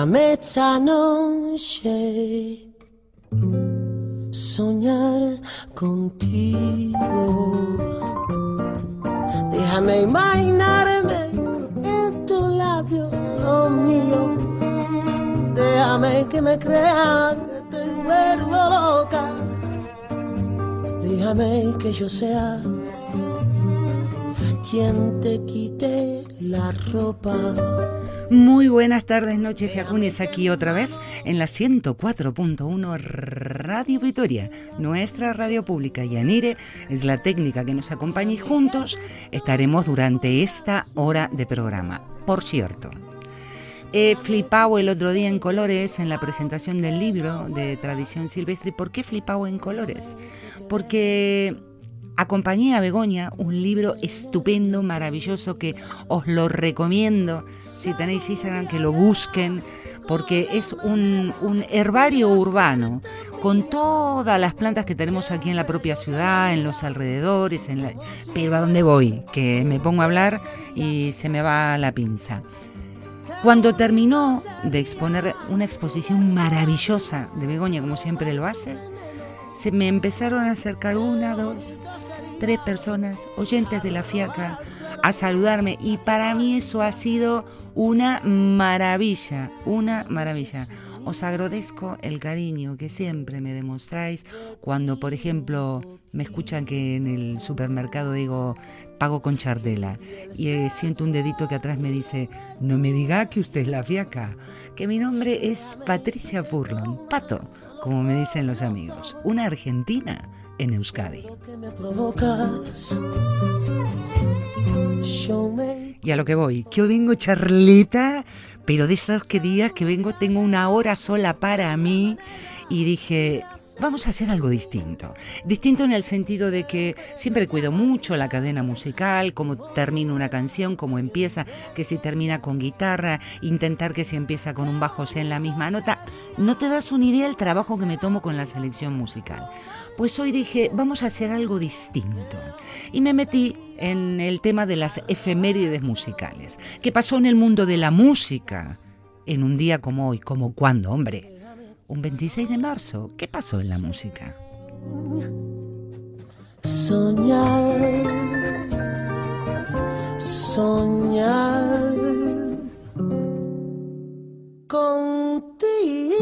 Déjame esta noche soñar contigo. Déjame imaginarme en tu labio lo mío. Déjame que me crea que te vuelvo loca. Déjame que yo sea quien te quite la ropa. Muy buenas tardes, noches, Fiacunes, aquí otra vez en la 104.1 Radio Vitoria, nuestra radio pública. Yanire es la técnica que nos acompaña y juntos estaremos durante esta hora de programa. Por cierto, he flipado el otro día en colores en la presentación del libro de Tradición Silvestre. ¿Por qué flipado en colores? Porque acompañé a Begoña, un libro estupendo, maravilloso, que os lo recomiendo. Si tenéis Instagram, que lo busquen, porque es un herbario urbano con todas las plantas que tenemos aquí en la propia ciudad, en los alrededores, pero ¿a dónde voy? Que me pongo a hablar y se me va la pinza. Cuando terminó de exponer una exposición maravillosa de Begoña, como siempre lo hace, se me empezaron a acercar 1, 2, 3 personas, oyentes de La Fiaca, a saludarme, y para mí eso ha sido una maravilla, una maravilla. Os agradezco el cariño que siempre me demostráis cuando, por ejemplo, me escuchan que en el supermercado digo pago con chardela y siento un dedito que atrás me dice: no me diga que usted es La Fiaca, que mi nombre es Patricia Furlon, Pato, como me dicen los amigos, una argentina en Euskadi. Y a lo que voy, que hoy vengo charleta, pero de esos que días que vengo tengo 1 hora sola para mí, y dije, vamos a hacer algo distinto. Distinto en el sentido de que siempre cuido mucho la cadena musical, cómo termina una canción, cómo empieza, que si termina con guitarra, intentar que si empieza con un bajo sea en la misma nota. No te das una idea del trabajo que me tomo con la selección musical. Pues hoy dije, vamos a hacer algo distinto. Y me metí en el tema de las efemérides musicales. ¿Qué pasó en el mundo de la música en un día como hoy? ¿Como cuándo, hombre? Un 26 de marzo. ¿Qué pasó en la música? Soñar, soñar contigo.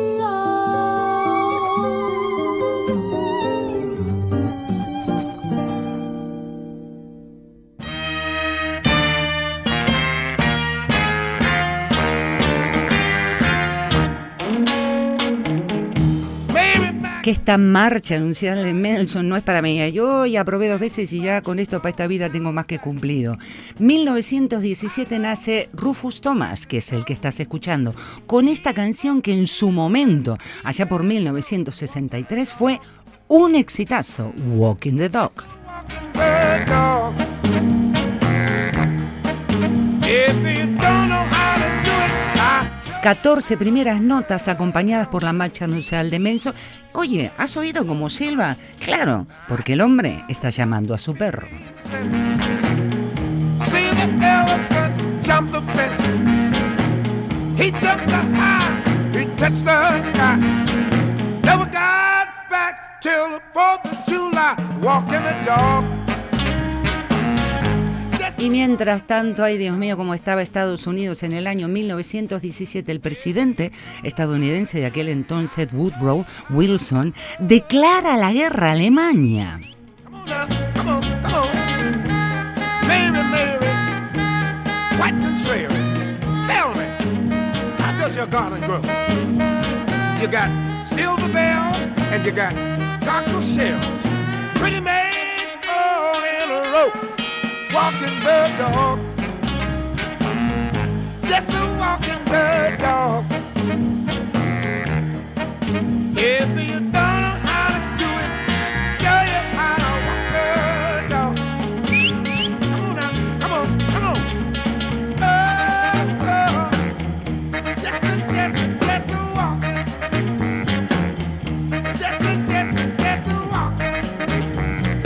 Que esta marcha anunciada de Mendelssohn no es para mí. Yo ya probé 2 veces y ya con esto para esta vida tengo más que cumplido. 1917 nace Rufus Thomas, que es el que estás escuchando, con esta canción que en su momento, allá por 1963, fue un exitazo, Walking the Dog. 14 primeras notas acompañadas por la marcha anuncial de Mendelssohn. Oye, ¿has oído cómo silba? Claro, porque el hombre está llamando a su perro. Y mientras tanto, ay Dios mío, cómo estaba Estados Unidos en el año 1917, el presidente estadounidense de aquel entonces, Woodrow Wilson, declara la guerra a Alemania. Walking bird dog, just a walking bird dog. If you don't know how to do it, show you how to walk bird dog. Come on now, come on, come on. Oh, oh. Just a walking. Just a walking.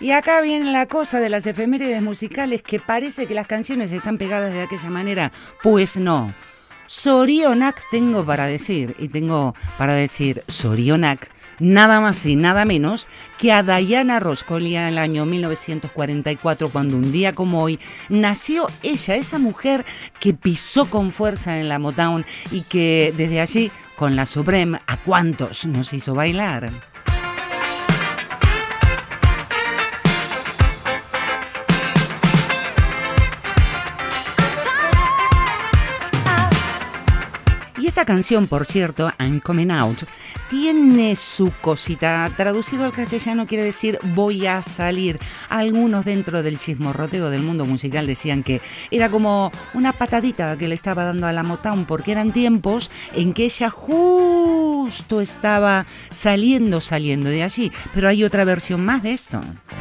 Y acá viene la cosa de las efemérides musicales, que parece que las canciones están pegadas de aquella manera. Pues no. Zorionak tengo para decir, y tengo para decir Zorionak, nada más y nada menos que a Diana Ross. En el año 1944, cuando un día como hoy nació ella, esa mujer que pisó con fuerza en la Motown y que desde allí, con la Supreme, ¿a cuántos nos hizo bailar? Esta canción, por cierto, I'm Coming Out, tiene su cosita. Traducido al castellano quiere decir voy a salir. Algunos dentro del chismorroteo del mundo musical decían que era como una patadita que le estaba dando a la Motown, porque eran tiempos en que ella justo estaba saliendo de allí. Pero hay otra versión más de esto.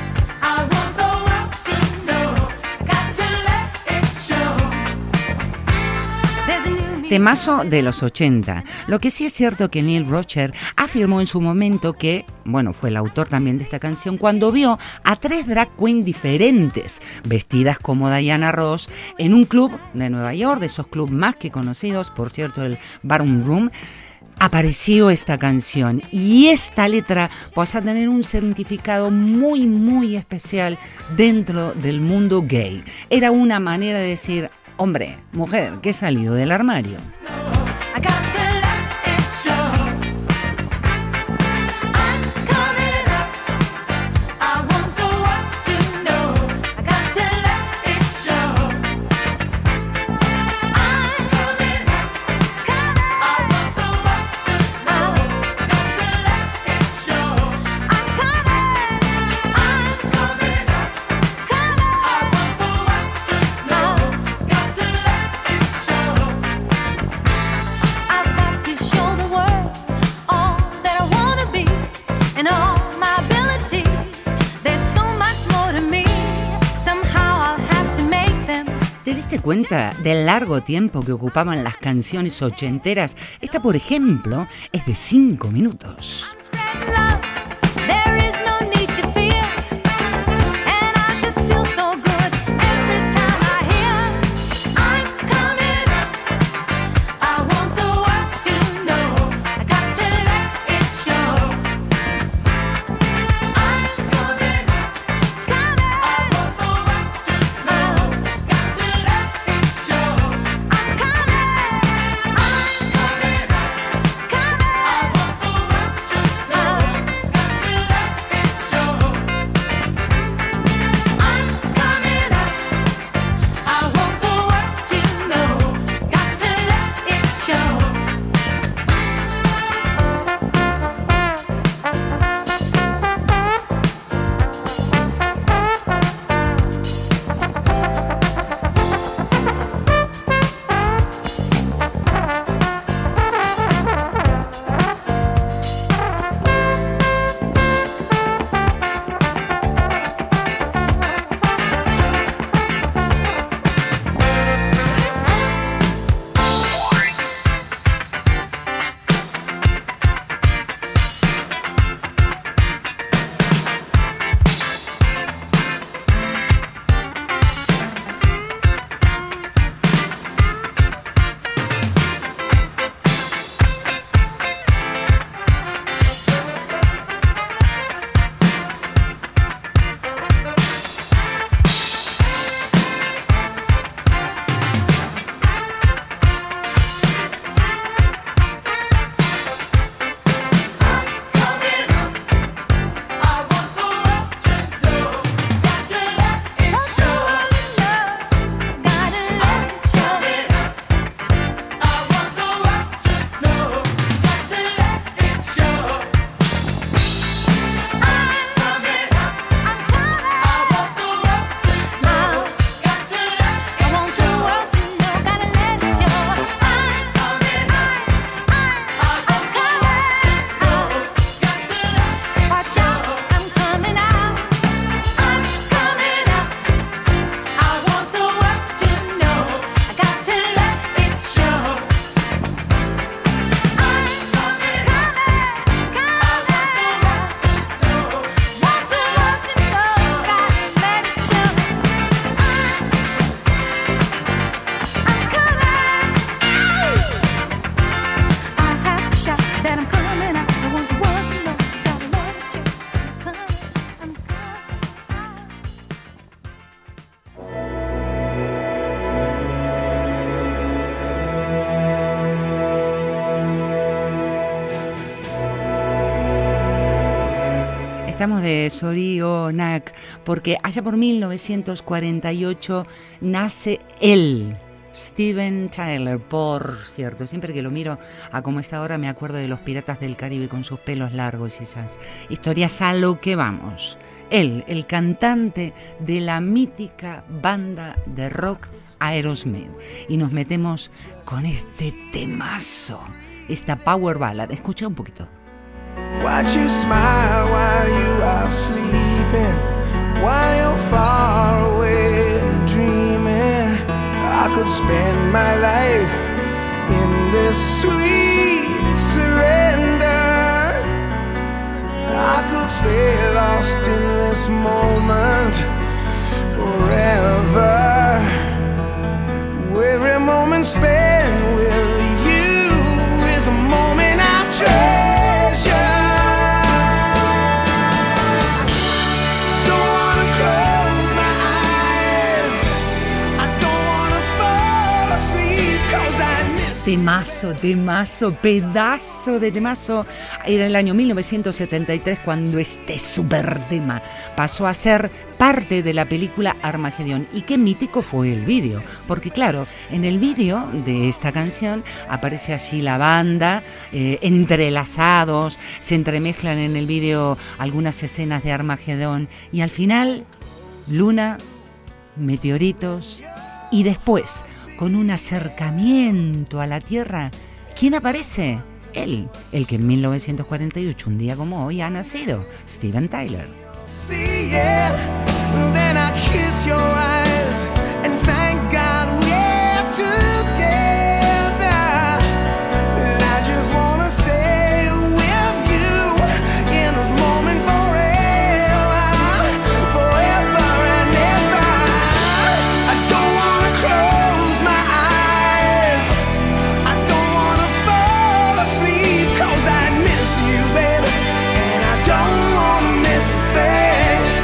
Temazo de los 80. Lo que sí es cierto que Neil Rocher afirmó en su momento que, bueno, fue el autor también de esta canción, cuando vio a 3 drag queens diferentes vestidas como Diana Ross en un club de Nueva York, de esos clubs más que conocidos, por cierto, el Barroom Room. Apareció esta canción y esta letra pasa a tener un significado muy, muy especial dentro del mundo gay. Era una manera de decir: hombre, mujer, que he salido del armario. Cuenta del largo tiempo que ocupaban las canciones ochenteras. Esta, por ejemplo, es de 5 minutos. Estamos de Sorionak porque allá por 1948 nace él, Steven Tyler. Por cierto, siempre que lo miro a como está ahora me acuerdo de los Piratas del Caribe con sus pelos largos y esas historias. A lo que vamos. Él, el cantante de la mítica banda de rock Aerosmith. Y nos metemos con este temazo, esta power ballad. Escucha un poquito. Watch you smile while you are sleeping, while you're far away and dreaming. I could spend my life in this sweet surrender. I could stay lost in this moment forever. Every moment spent with you is a moment I treasure. Don't wanna close my eyes, I don't wanna fall asleep, 'cause I miss. Temazo, pedazo de temazo. Era el año 1973 cuando este super tema pasó a ser parte de la película Armagedón. Y qué mítico fue el vídeo, porque claro, en el vídeo de esta canción aparece allí la banda, entrelazados, se entremezclan en el vídeo algunas escenas de Armagedón y al final, luna, meteoritos y después, con un acercamiento a la Tierra, ¿quién aparece? Él, el que en 1948, un día como hoy, ha nacido, Steven Tyler. See it, then I kiss your eyes and thank God we're together. And I just wanna stay with you in this moment forever, forever and ever. I don't wanna close my eyes, I don't wanna fall asleep, 'cause I miss you, baby, and I don't wanna miss a thing.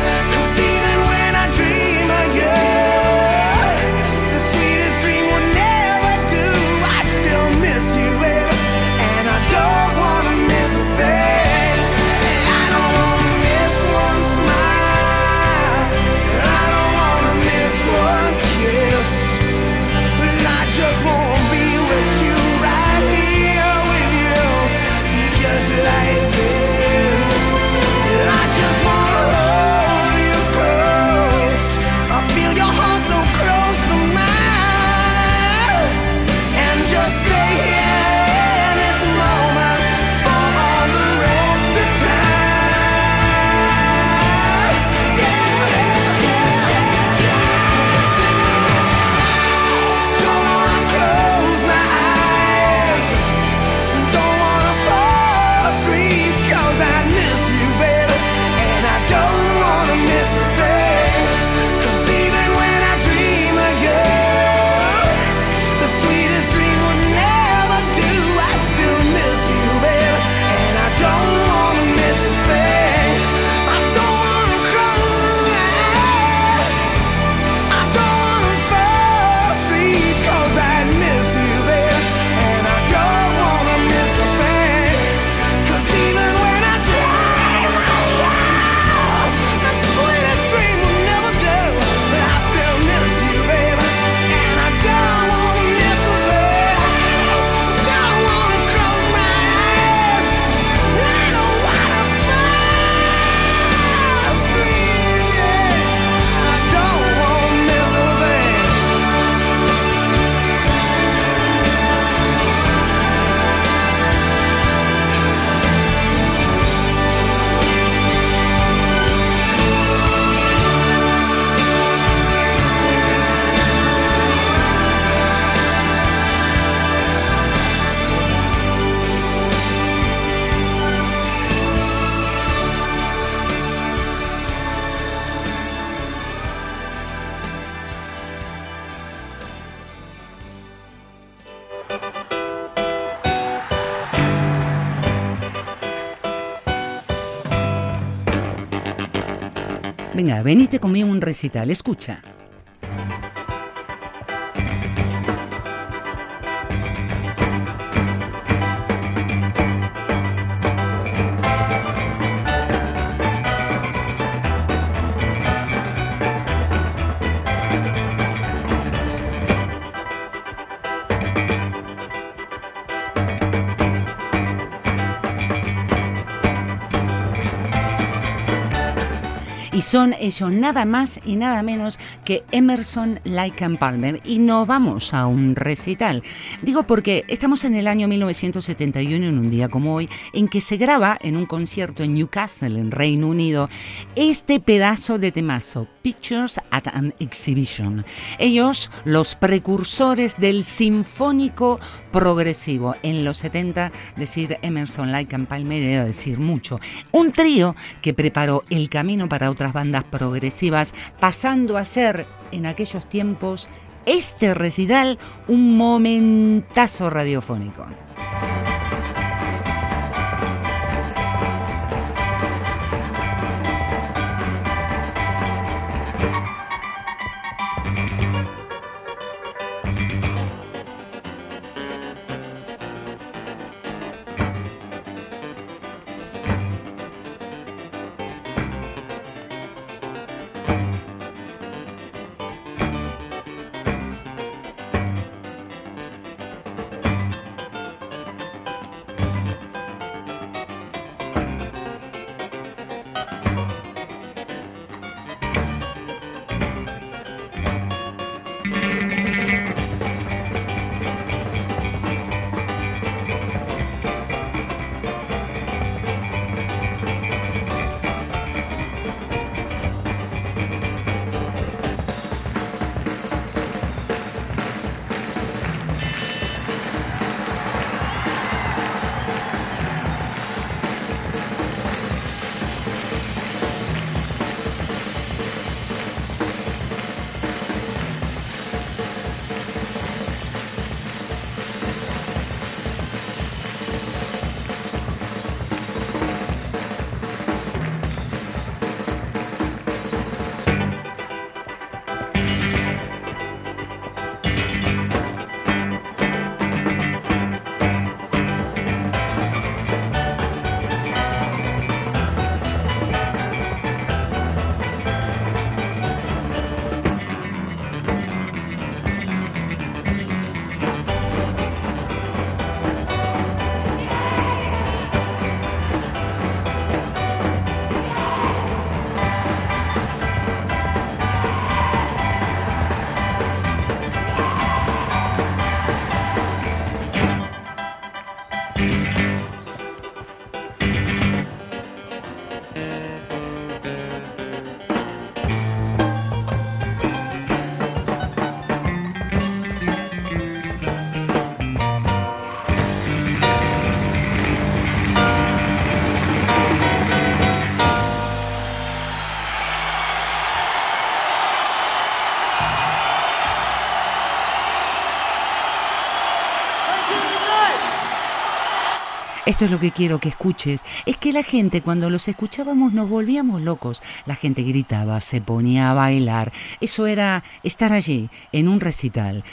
Venga, venite conmigo un recital, escucha. Y son ellos nada más y nada menos que Emerson, Lake and Palmer. Y nos vamos a un recital. Digo porque estamos en el año 1971, en un día como hoy, en que se graba en un concierto en Newcastle, en Reino Unido, este pedazo de temazo, Pictures at an Exhibition. Ellos, los precursores del sinfónico progresivo. En los 70, decir Emerson, Lake and Palmer era decir mucho. Un trío que preparó el camino para otras bandas progresivas, pasando a ser, en aquellos tiempos, este recital un momentazo radiofónico. Esto es lo que quiero que escuches. Es que la gente, cuando los escuchábamos, nos volvíamos locos. La gente gritaba, se ponía a bailar. Eso era estar allí, en un recital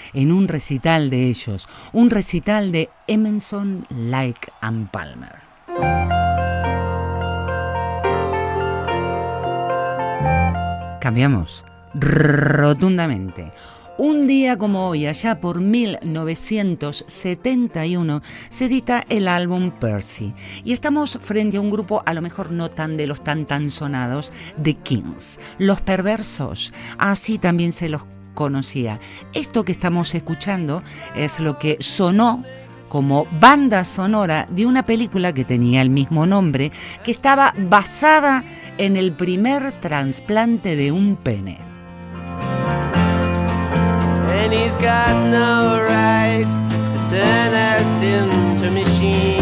de ellos. Un recital de Emerson, Lake and Palmer. Cambiamos rotundamente. Un día como hoy, allá por 1971, se edita el álbum Percy. Y estamos frente a un grupo, a lo mejor no tan de los tan sonados, The Kings, Los Perversos. Así también se los conocía. Esto que estamos escuchando es lo que sonó como banda sonora de una película que tenía el mismo nombre, que estaba basada en el primer trasplante de un pene. And he's got no right to turn us into machines.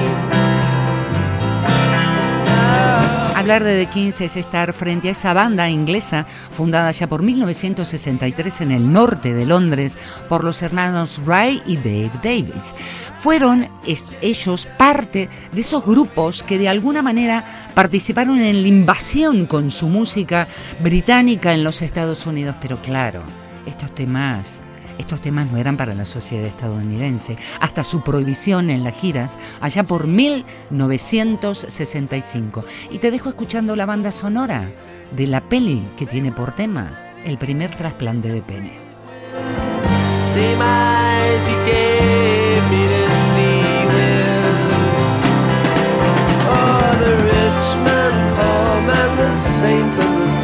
Hablar de The Kings es estar frente a esa banda inglesa fundada ya por 1963 en el norte de Londres por los hermanos Ray y Dave Davis. Fueron ellos parte de esos grupos que de alguna manera participaron en la invasión con su música británica en los Estados Unidos, pero claro, estos temas no eran para la sociedad estadounidense, hasta su prohibición en las giras, allá por 1965. Y te dejo escuchando la banda sonora de la peli que tiene por tema el primer trasplante de pene. See my eyes, he gave me to see with. Oh, the rich man, poor man, the saint and the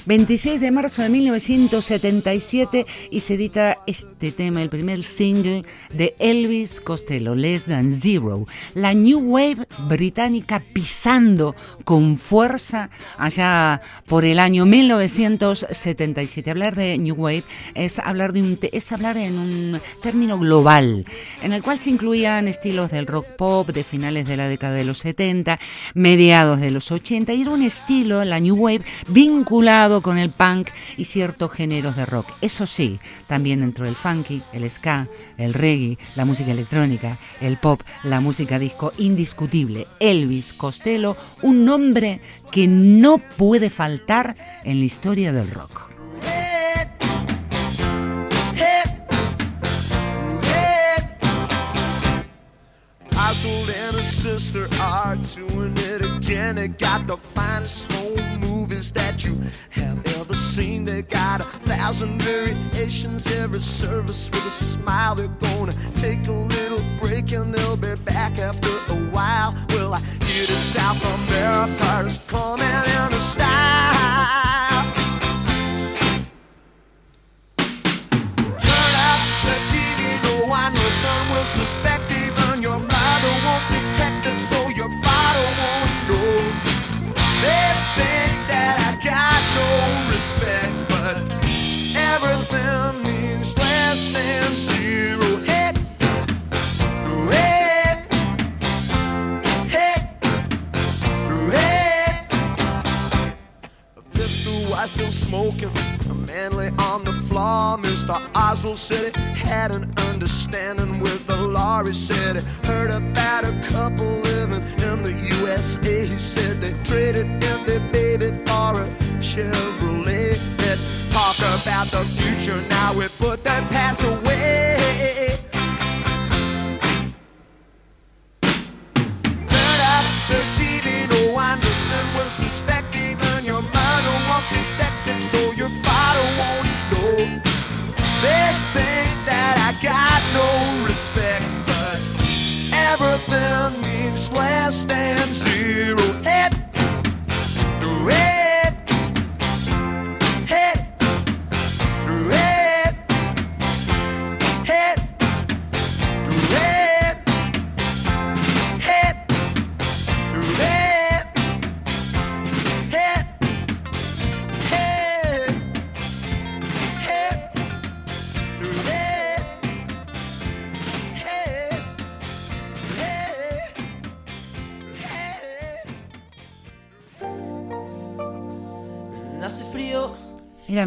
26 de marzo de 1977 y se edita este tema, el primer single de Elvis Costello, Less Than Zero. La New Wave británica pisando con fuerza allá por el año 1977. Hablar de New Wave es hablar en un término global, en el cual se incluían estilos del rock pop de finales de la década de los 70, mediados de los 80, y era un estilo, la New Wave, vinculado con el punk y ciertos géneros de rock. Eso sí, también entró el funky, el ska, el reggae, la música electrónica, el pop, la música disco. Indiscutible, Elvis Costello, un nombre que no puede faltar en la historia del rock. Oswald and his sister are doing it again. They got the finest home movies that you have ever seen. They got 1,000 variations, every service with a smile. They're gonna take a little break and they'll be back after a while. Well, I hear the South America is coming in a style. Turn up the TV, no one will suspect. Even your mother won't detect it, so your father won't know. They think that I got no respect, but everything means less than zero. Hey, hey, hey, hey. A pistol was still smoking, a man lay on the floor. Mr. Oswald said he had an understanding with the law. He said he heard about a couple living in the USA. He said they traded in their baby for a Chevrolet. Let's talk about the future now, we put that past away. Turn up the TV, no one listening will suspect. Even your mother won't detect it, so your father won't know. They think that I got no respect, but everything means less than zero. Head, red, head, red, head, red, head, red, head, head, head. Hace frío. Era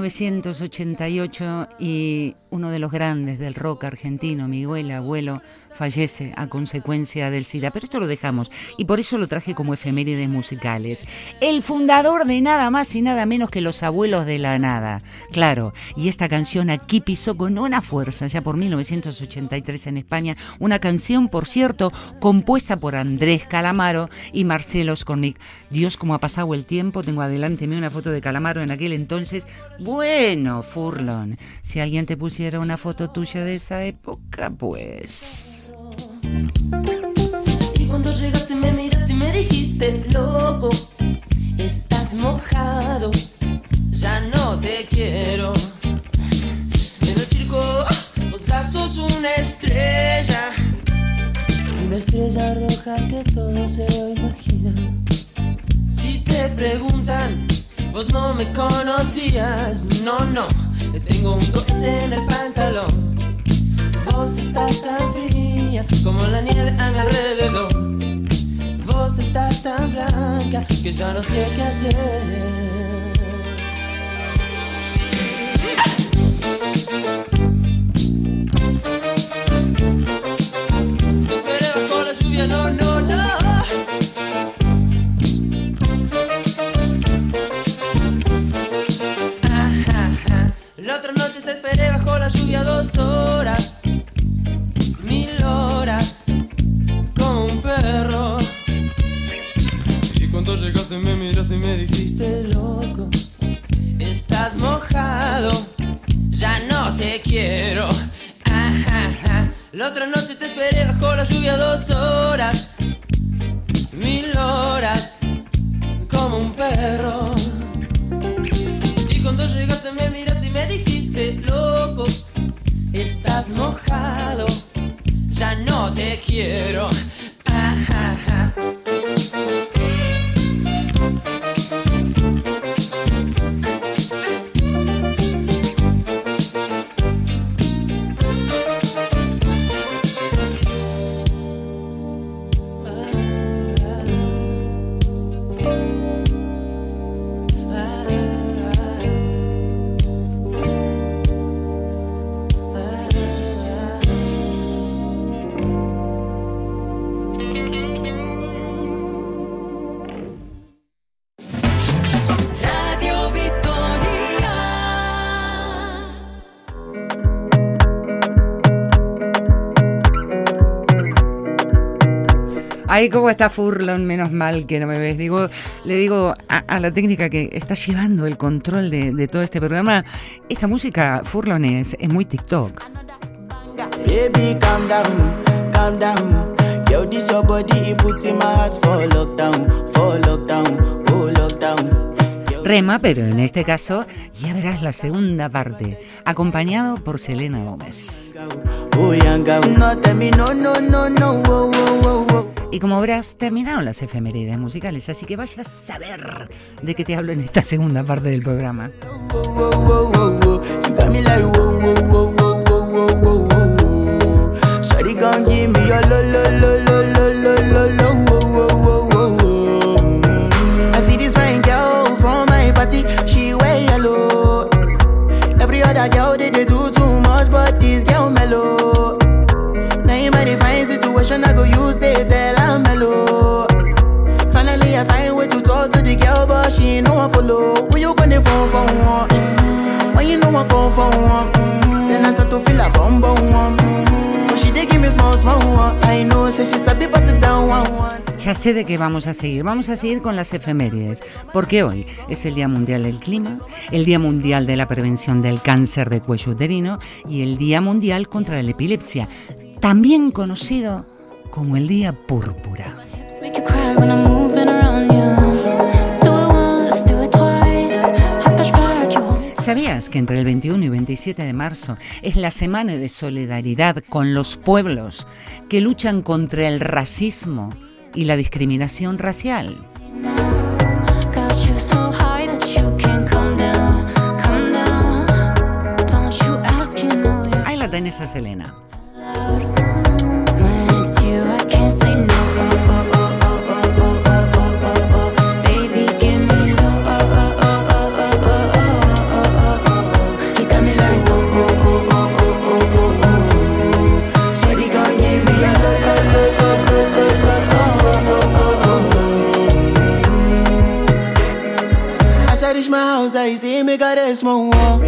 1988 y uno de los grandes del rock argentino, Miguel Abuelo, fallece a consecuencia del SIDA. Pero esto lo dejamos y por eso lo traje como efemérides musicales. El fundador de nada más y nada menos que Los Abuelos de la Nada. Claro, y esta canción aquí pisó con una fuerza ya por 1983 en España. Una canción, por cierto, compuesta por Andrés Calamaro y Marcelo Skornik. Dios, cómo ha pasado el tiempo. Tengo adelante una foto de Calamaro en aquel entonces. Bueno, Furlon, si alguien te pusiera una foto tuya de esa época, pues... Y cuando llegaste me miraste y me dijiste, loco, estás mojado, ya no te quiero. En el circo vos ya sos una estrella roja que todo se lo imagina. Si te preguntan, vos no me conocías, no, tengo un corte en el pantalón. Vos estás tan fría como la nieve a mi alrededor. Vos estás tan blanca que ya no sé qué hacer. Te esperé bajo la lluvia, no. La otra noche te esperé bajo la lluvia 2 horas, 1000 horas, como un perro. Y cuando llegaste me miraste y me dijiste, loco, estás mojado, ya no te quiero. La otra noche te esperé bajo la lluvia 2 horas, 1000 horas, como un perro. Ahí como está Furlon, menos mal que no me ves. Le digo a la técnica que está llevando el control de todo este programa, esta música, Furlon, es muy TikTok. Baby, calm down. Yo, this your body, it puts in my heart for lockdown, oh lockdown. Rema, pero en este caso ya verás la segunda parte, acompañado por Selena Gómez. Y como verás, terminaron las efemérides musicales, así que vaya a saber de qué te hablo en esta segunda parte del programa. I see this fine girl from my party, she wear yellow. Every other girl they do too much, but this girl mellow. Now in my divine situation, I go use they tell I'm mellow. Finally I find way to talk to the girl, but she ain't no one follow. Who you gonna phone for one? When you know I come for one, then I start to feel a bum one. But she dey give me small one. I know, say she sabi pass it down one. Ya sé de qué vamos a seguir. Vamos a seguir con las efemérides, porque hoy es el Día Mundial del Clima, el Día Mundial de la Prevención del Cáncer de Cuello Uterino y el Día Mundial contra la Epilepsia, también conocido como el Día Púrpura. ¿Sabías que entre el 21 y 27 de marzo es la semana de solidaridad con los pueblos que luchan contra el racismo y la discriminación racial? Ahí la tenés a Selena. I say me got a small wall.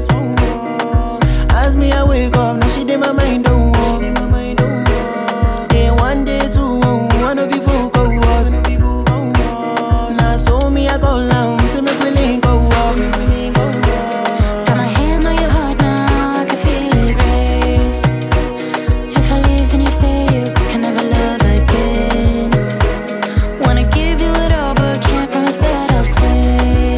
As me I wake up, now she did my mind don't walk. Then one day two, one of you folk go was. Now so me I go down, say me we link go walk. Got my hand on your heart now, I can feel it race. If I leave then you say you can never love again. Wanna give you it all but can't promise that I'll stay.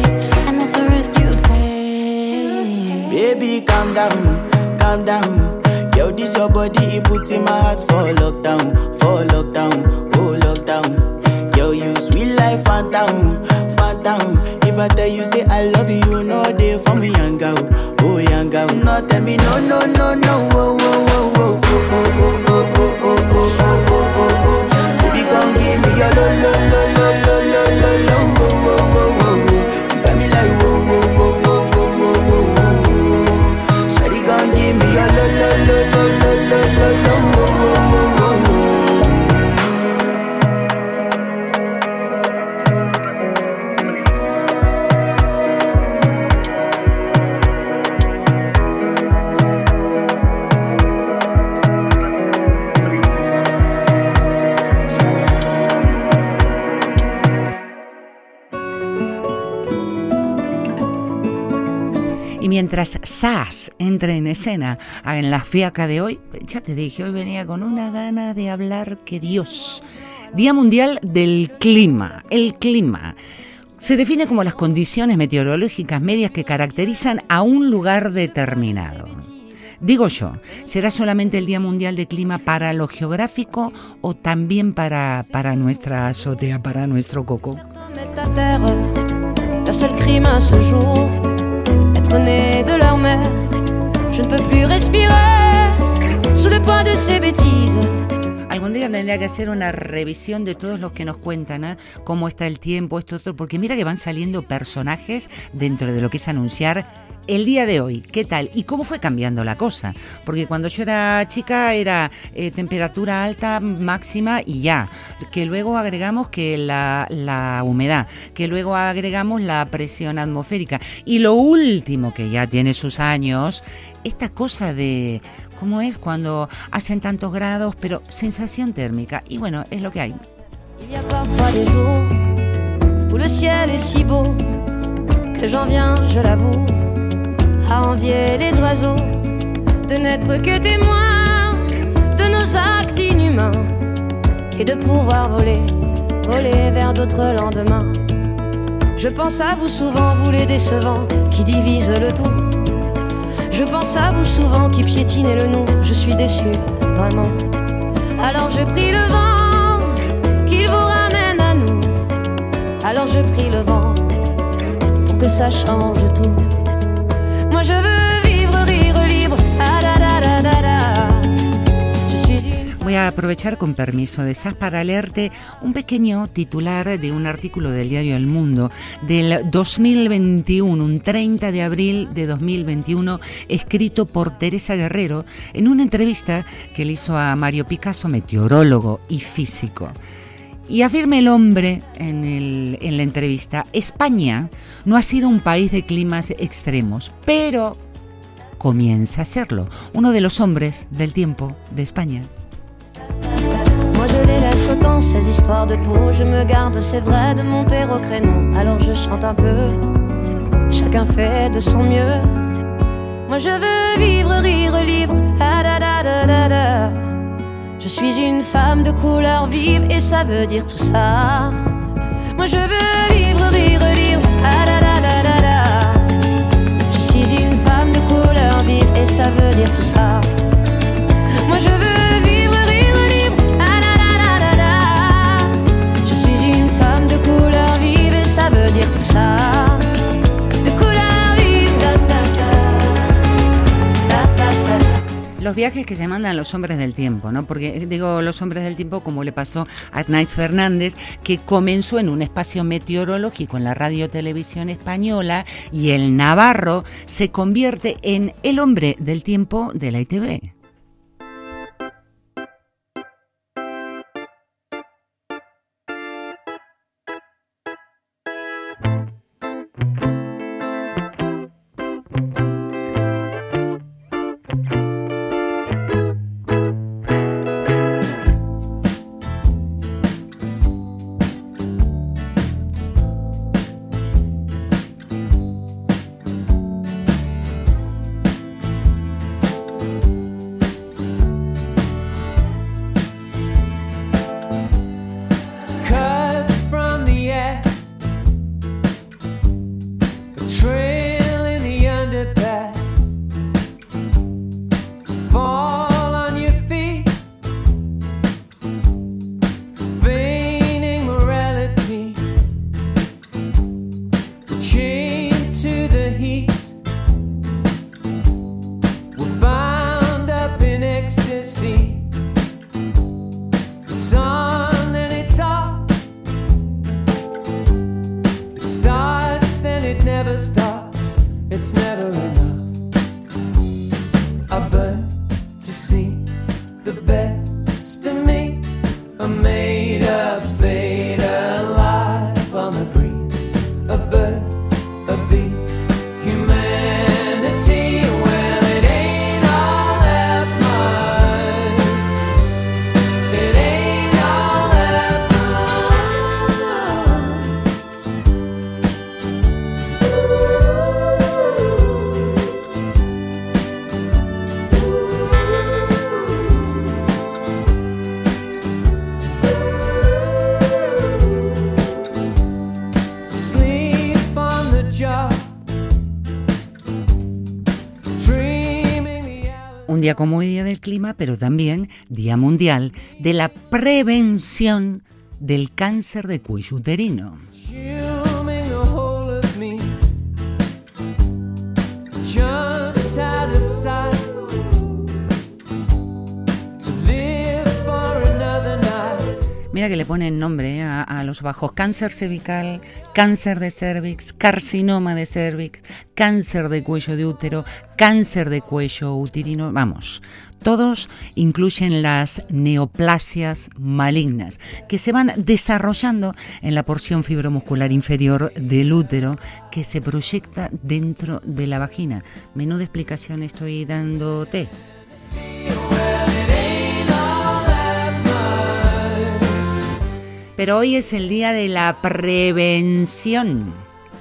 Baby, calm down. Yo, this your body, it puts in my heart for lockdown, oh lockdown. Yo, you sweet life, phantom. If I tell you say I love you, no day for me, young girl. No, tell me no, oh. Baby, come give me your lo. You got me like whoa. Give me your lo. Y mientras Sass entra en escena en la fiaca de hoy, ya te dije, hoy venía con una gana de hablar que Dios. Día Mundial del Clima. El clima se define como las condiciones meteorológicas medias que caracterizan a un lugar determinado. Digo yo, ¿será solamente el Día Mundial del Clima para lo geográfico o también para nuestra azotea, para nuestro coco? Né de leur mère, je ne peux plus respirer sous le poids de ces bêtises. Algún día tendría que hacer una revisión de todos los que nos cuentan, cómo está el tiempo, esto, otro, porque mira que van saliendo personajes dentro de lo que es anunciar el día de hoy. ¿Qué tal? ¿Y cómo fue cambiando la cosa? Porque cuando yo era chica era temperatura alta máxima y ya. Que luego agregamos que la humedad, que luego agregamos la presión atmosférica. Y lo último, que ya tiene sus años, esta cosa de cómo es cuando hacen tantos grados, pero sensación térmica. Y bueno, es lo que hay. Il y a parfois des jours où le ciel est si beau que j'en viens, je l'avoue, à envier les oiseaux de n'être que témoins de nos actes inhumains et de pouvoir voler vers d'autres lendemains. Je pense à vous souvent, vous les décevants qui divisent le tout. Je pense à vous souvent qui piétinez le nous. Je suis déçu, vraiment. Alors je prie le vent qu'il vous ramène à nous. Alors je prie le vent pour que ça change tout. Moi je veux vivre, rire libre. Ah, da, da, da, da, da. Je suis une... Voy a aprovechar, con permiso de SAS, para leerte un pequeño titular de un artículo del diario El Mundo del 2021, un 30 de abril de 2021, escrito por Teresa Guerrero en una entrevista que le hizo a Mario Picasso, meteorólogo y físico. Y afirma el hombre en la entrevista: España no ha sido un país de climas extremos, pero comienza a serlo. Uno de los hombres del tiempo de España. Moi je les laisse autant ces histoires de peau. Je me garde, c'est vrai, de monter au créneau. Alors je chante un peu, chacun fait de son mieux. Moi je veux vivre, rire libre. Ah, da, da, da, da, da. Je suis une femme de couleur vive et ça veut dire tout ça. Moi je veux vivre, rire libre. Ah, da, da, da, da, da. Je suis une femme de couleur vive et ça veut dire tout ça. Moi je veux vivre, rire libre. Ah, da, da, da, da, da. Je suis une femme de couleur vive et ça veut dire tout ça. De couleur vive. Da, da, da. Da, da, da, da. Los viajes que se mandan los hombres del tiempo, ¿no? Porque digo los hombres del tiempo como le pasó a Arnaiz Fernández, que comenzó en un espacio meteorológico en la Radio Televisión Española, y el navarro se convierte en el hombre del tiempo de la ITV. Un día como hoy, Día del Clima, pero también Día Mundial de la Prevención del Cáncer de Cuello Uterino. Mira que le ponen nombre a los bajos: cáncer cervical, cáncer de cervix, carcinoma de cervix, cáncer de cuello de útero, cáncer de cuello uterino. Vamos, todos incluyen las neoplasias malignas que se van desarrollando en la porción fibromuscular inferior del útero, que se proyecta dentro de la vagina. Menuda explicación estoy dándote. Pero hoy es el día de la prevención.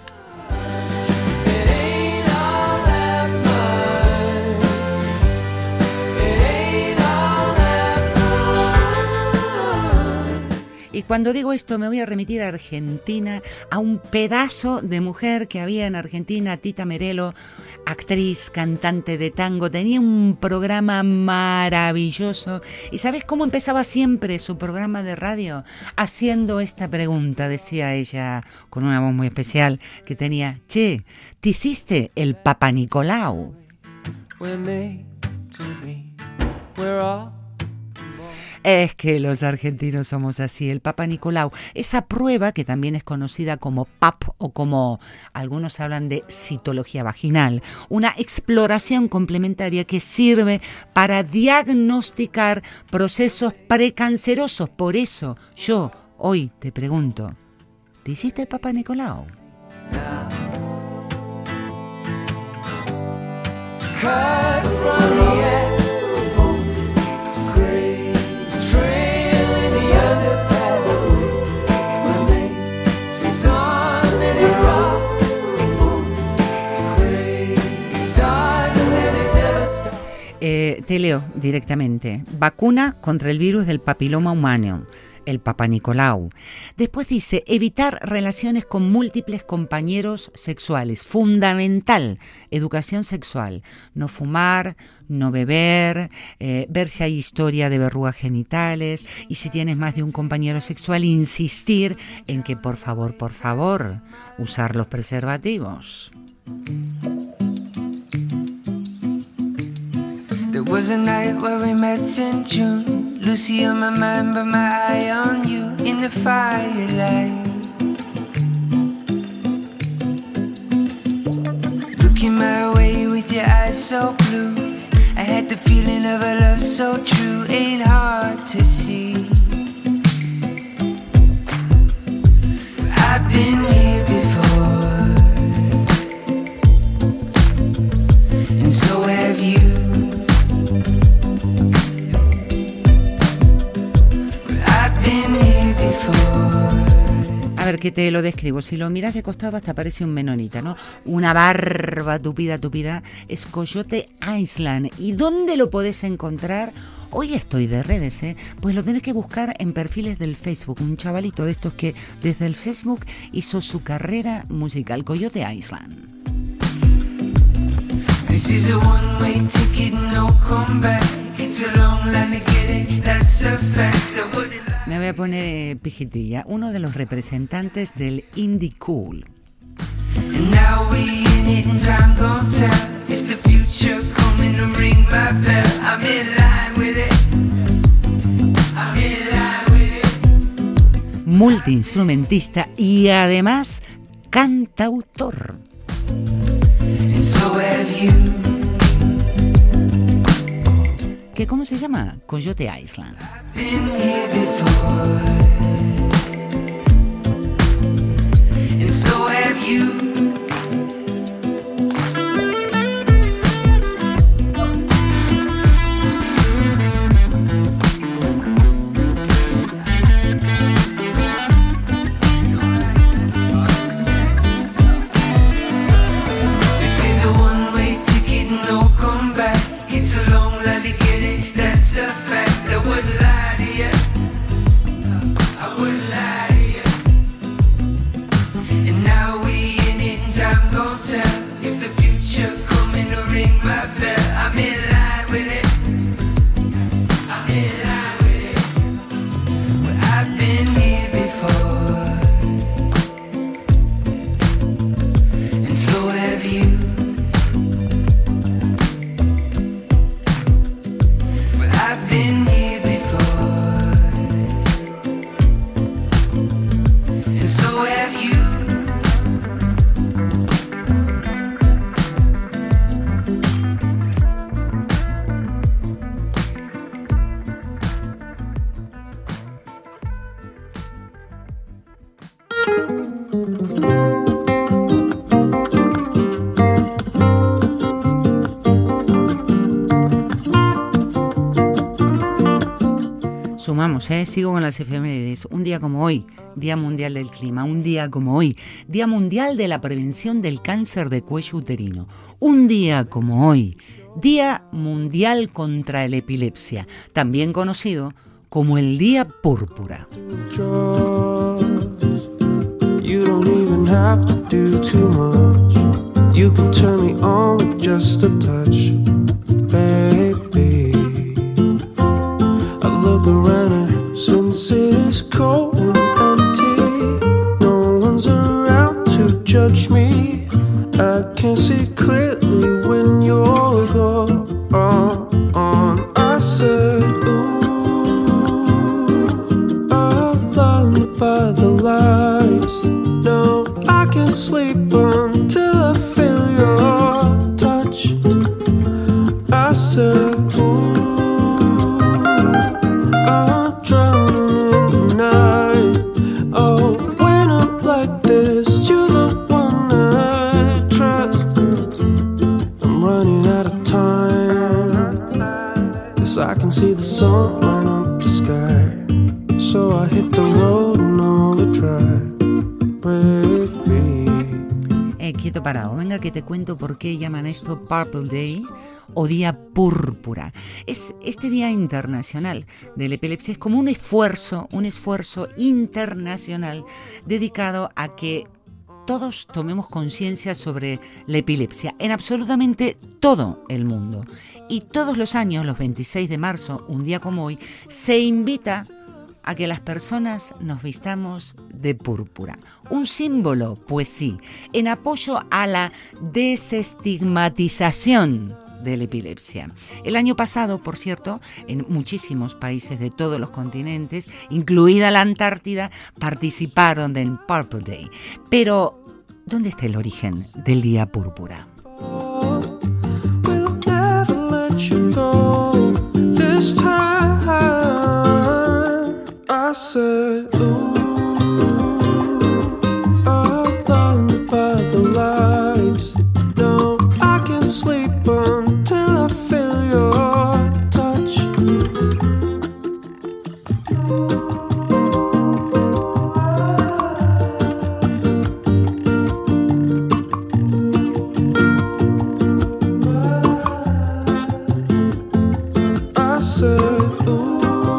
Y cuando digo esto me voy a remitir a Argentina, a un pedazo de mujer que había en Argentina, Tita Merelo, actriz, cantante de tango, tenía un programa maravilloso. ¿Y sabes cómo empezaba siempre su programa de radio? Haciendo esta pregunta, decía ella con una voz muy especial que tenía: che, ¿te hiciste el Papa Nicolau? We're made to be. We're all. Es que los argentinos somos así, el Papa Nicolau. Esa prueba, que también es conocida como PAP o como algunos hablan de citología vaginal, una exploración complementaria que sirve para diagnosticar procesos precancerosos. Por eso yo hoy te pregunto, ¿te hiciste el Papa Nicolau? Cut from the edge. Te leo directamente. Vacuna contra el virus del papiloma humano, el Papa Nicolau. Después dice, evitar relaciones con múltiples compañeros sexuales. Fundamental, educación sexual. No fumar, no beber, ver si hay historia de verrugas genitales. Y si tienes más de un compañero sexual, insistir en que por favor, usar los preservativos. There was a night where we met in June. Lucy on my mind, but my eye on you in the firelight. Looking my way with your eyes so blue. I had the feeling of a love so true. Ain't hard to see. I've been here before, and so have you. A ver, que te lo describo. Si lo miras de costado hasta parece un menonita, ¿no? Una barba tupida. Es Coyote Island. ¿Y dónde lo podés encontrar? Hoy estoy de redes, ¿eh? Pues lo tenés que buscar en perfiles del Facebook. Un chavalito de estos que desde el Facebook hizo su carrera musical. Coyote Island. This is a one-way ticket, no comeback. It's a long line to get it, that's a fact. I wouldn't lie. Me voy a poner pijitilla. Uno de los representantes del indie cool. And now we in it and time gon' tell if the future coming to ring my bell. I'm in line with it. I'm in line with it. Multiinstrumentista y además cantautor. And so have you. ¿Qué cómo se llama? Coyote Island. Been here before. And so have you. This is a one-way ticket, no comeback. It's a long line to get it, that's a fact. I wouldn't lie to you. I wouldn't lie to you. And now we in it and time gon' tell if the future coming to ring my bell. I'm in line with it. I'm in line with it. Well, I've been here before. And so have you. I've been here before, and so have you. seguimos, sigo con las efemérides. Un día como hoy, Día Mundial del Clima. Un día como hoy, Día Mundial de la Prevención del Cáncer de Cuello Uterino. Un día como hoy, Día Mundial contra la Epilepsia, también conocido como el Día Púrpura. You don't even have to do too much. You can turn me on with just a touch, baby. I look around and since it is cold and empty, no one's around to judge me. I can see clearly when you're gone. I said, ooh, I'm blinded by the lights. No, I can't sleep until I feel your touch. I said, ooh, I'm drowning in the night. Oh, when I'm like this, you're the one I trust. I'm running out of time, 'cause I can see the sun light up the sky. So I hit the road and overdrive. Quieto parado, venga que te cuento por qué llaman esto Purple Day o Día Púrpura. Es este Día Internacional de la Epilepsia, es como un esfuerzo internacional dedicado a que todos tomemos conciencia sobre la epilepsia en absolutamente todo el mundo. Y todos los años, los 26 de marzo, un día como hoy, se invita a que las personas nos vistamos de púrpura. Un símbolo, pues sí, en apoyo a la desestigmatización de la epilepsia. El año pasado, por cierto, en muchísimos países de todos los continentes, incluida la Antártida, participaron del Purple Day. Pero, ¿dónde está el origen del Día Púrpura? We'll never let you go this time. I said, ooh, I'm blinded by the lights. No, I can't sleep until I feel your touch. I said, ooh,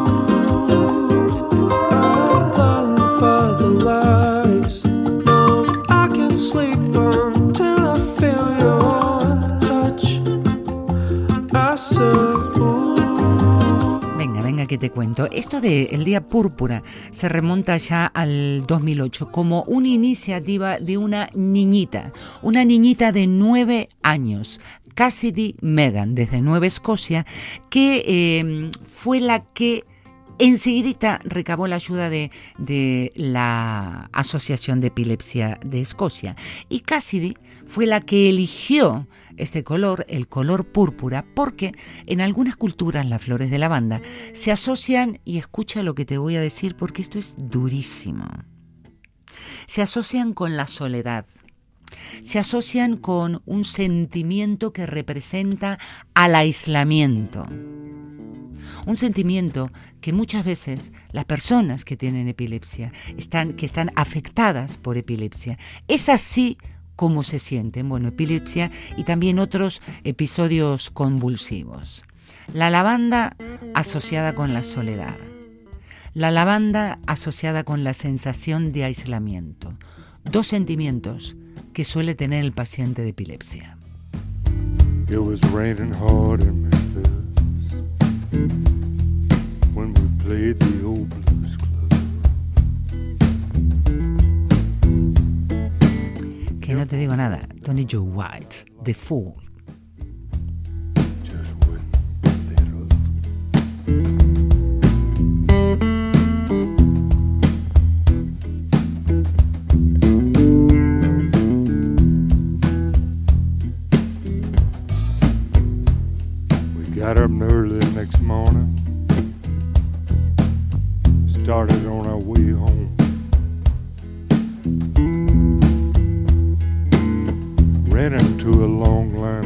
Venga que te cuento. Esto del Día Púrpura se remonta ya al 2008 como una iniciativa de una niñita de 9 años, Cassidy Megan, desde Nueva Escocia, que fue la que enseguidita recabó la ayuda de la Asociación de Epilepsia de Escocia. Y Cassidy fue la que eligió este color, el color púrpura, porque en algunas culturas las flores de lavanda se asocian, y escucha lo que te voy a decir porque esto es durísimo, se asocian con la soledad, se asocian con un sentimiento que representa al aislamiento. Un sentimiento que muchas veces las personas que tienen epilepsia, que están afectadas por epilepsia, es así como se sienten. Bueno, epilepsia y también otros episodios convulsivos. La lavanda asociada con la soledad. La lavanda asociada con la sensación de aislamiento. Dos sentimientos que suele tener el paciente de epilepsia. It was raining hard in Memphis when we played the old blues club. Que no te digo nada, Tony Joe White, The Fool. Just wouldn't let up. We got up early the next morning, started on our way home. Ran into a long line of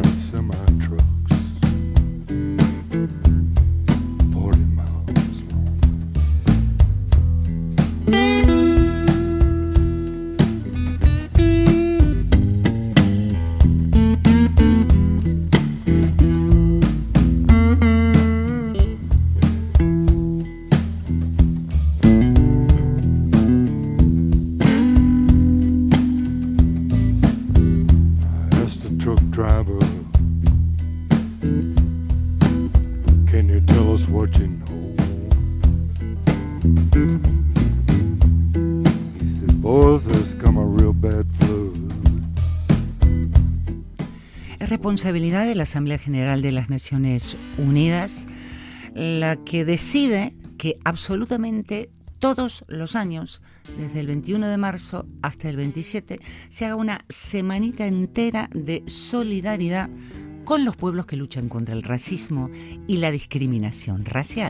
semi-trucks, 40 miles long. Es responsabilidad de la Asamblea General de las Naciones Unidas la que decide que absolutamente todos los años, desde el 21 de marzo hasta el 27, se haga una semanita entera de solidaridad con los pueblos que luchan contra el racismo y la discriminación racial.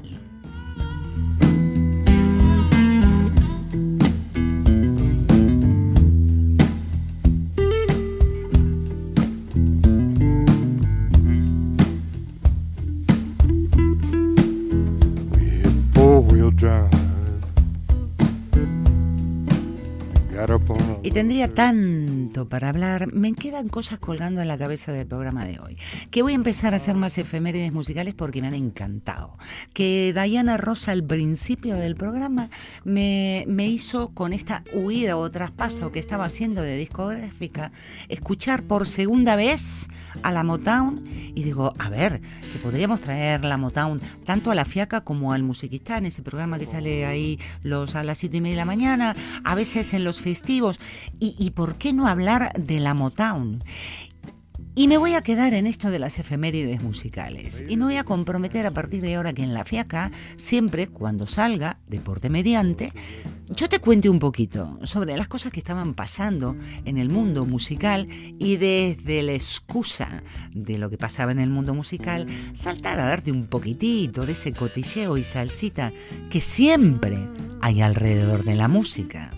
Y tendría tanto para hablar, me quedan cosas colgando en la cabeza del programa de hoy. Que voy a empezar a hacer más efemérides musicales porque me han encantado. Que Diana Ross al principio del programa me hizo, con esta huida o traspaso que estaba haciendo de discográfica, escuchar por segunda vez a la Motown. Y digo, a ver, que podríamos traer la Motown tanto a La Fiaca como al Musiquistán, ese programa que sale ahí a las 7:30 de la mañana, a veces en los festivos. ¿Y por qué no hablar de la Motown? Y me voy a quedar en esto de las efemérides musicales. Y me voy a comprometer a partir de ahora que en La Fiaca, siempre cuando salga, deporte mediante, yo te cuente un poquito sobre las cosas que estaban pasando en el mundo musical y desde la excusa de lo que pasaba en el mundo musical, saltar a darte un poquitito de ese cotilleo y salsita que siempre hay alrededor de la música.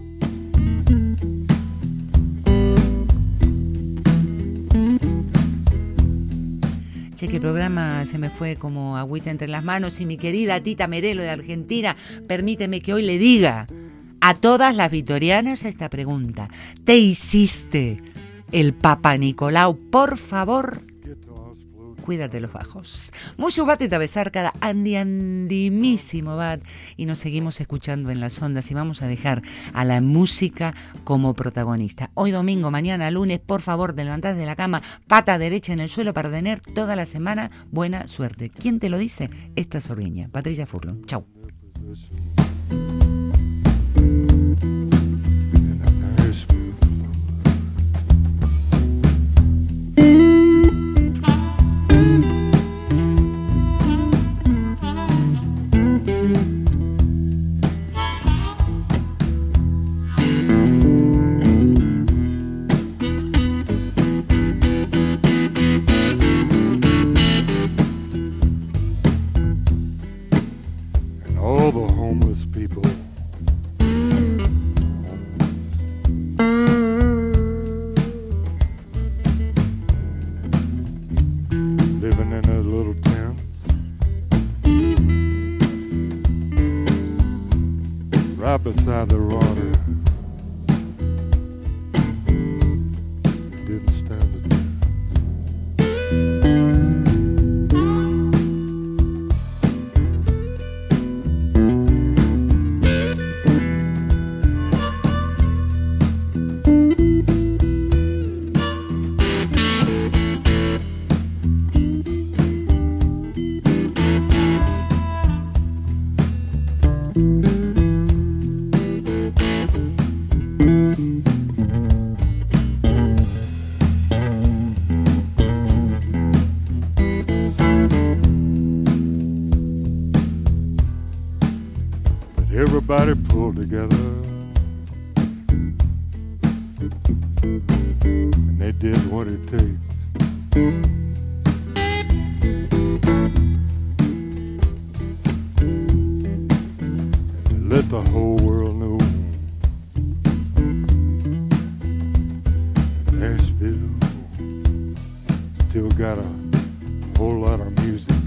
Que el programa se me fue como agüita entre las manos y mi querida Tita Merelo de Argentina, permíteme que hoy le diga a todas las vitorianas esta pregunta. ¿Te hiciste el Papa Nicolau? Por favor, cuídate los bajos. Mucho bat eta besarkada, andimísimo bat. Y nos seguimos escuchando en las ondas y vamos a dejar a la música como protagonista. Hoy domingo, mañana lunes, por favor, te levantás de la cama, pata derecha en el suelo para tener toda la semana buena suerte. ¿Quién te lo dice? Esta Sorriña, Patricia Furlong. Chau. Beside the water, didn't stand a chance. Everybody pulled together, and they did what it takes. And let the whole world know Nashville still got a whole lot of music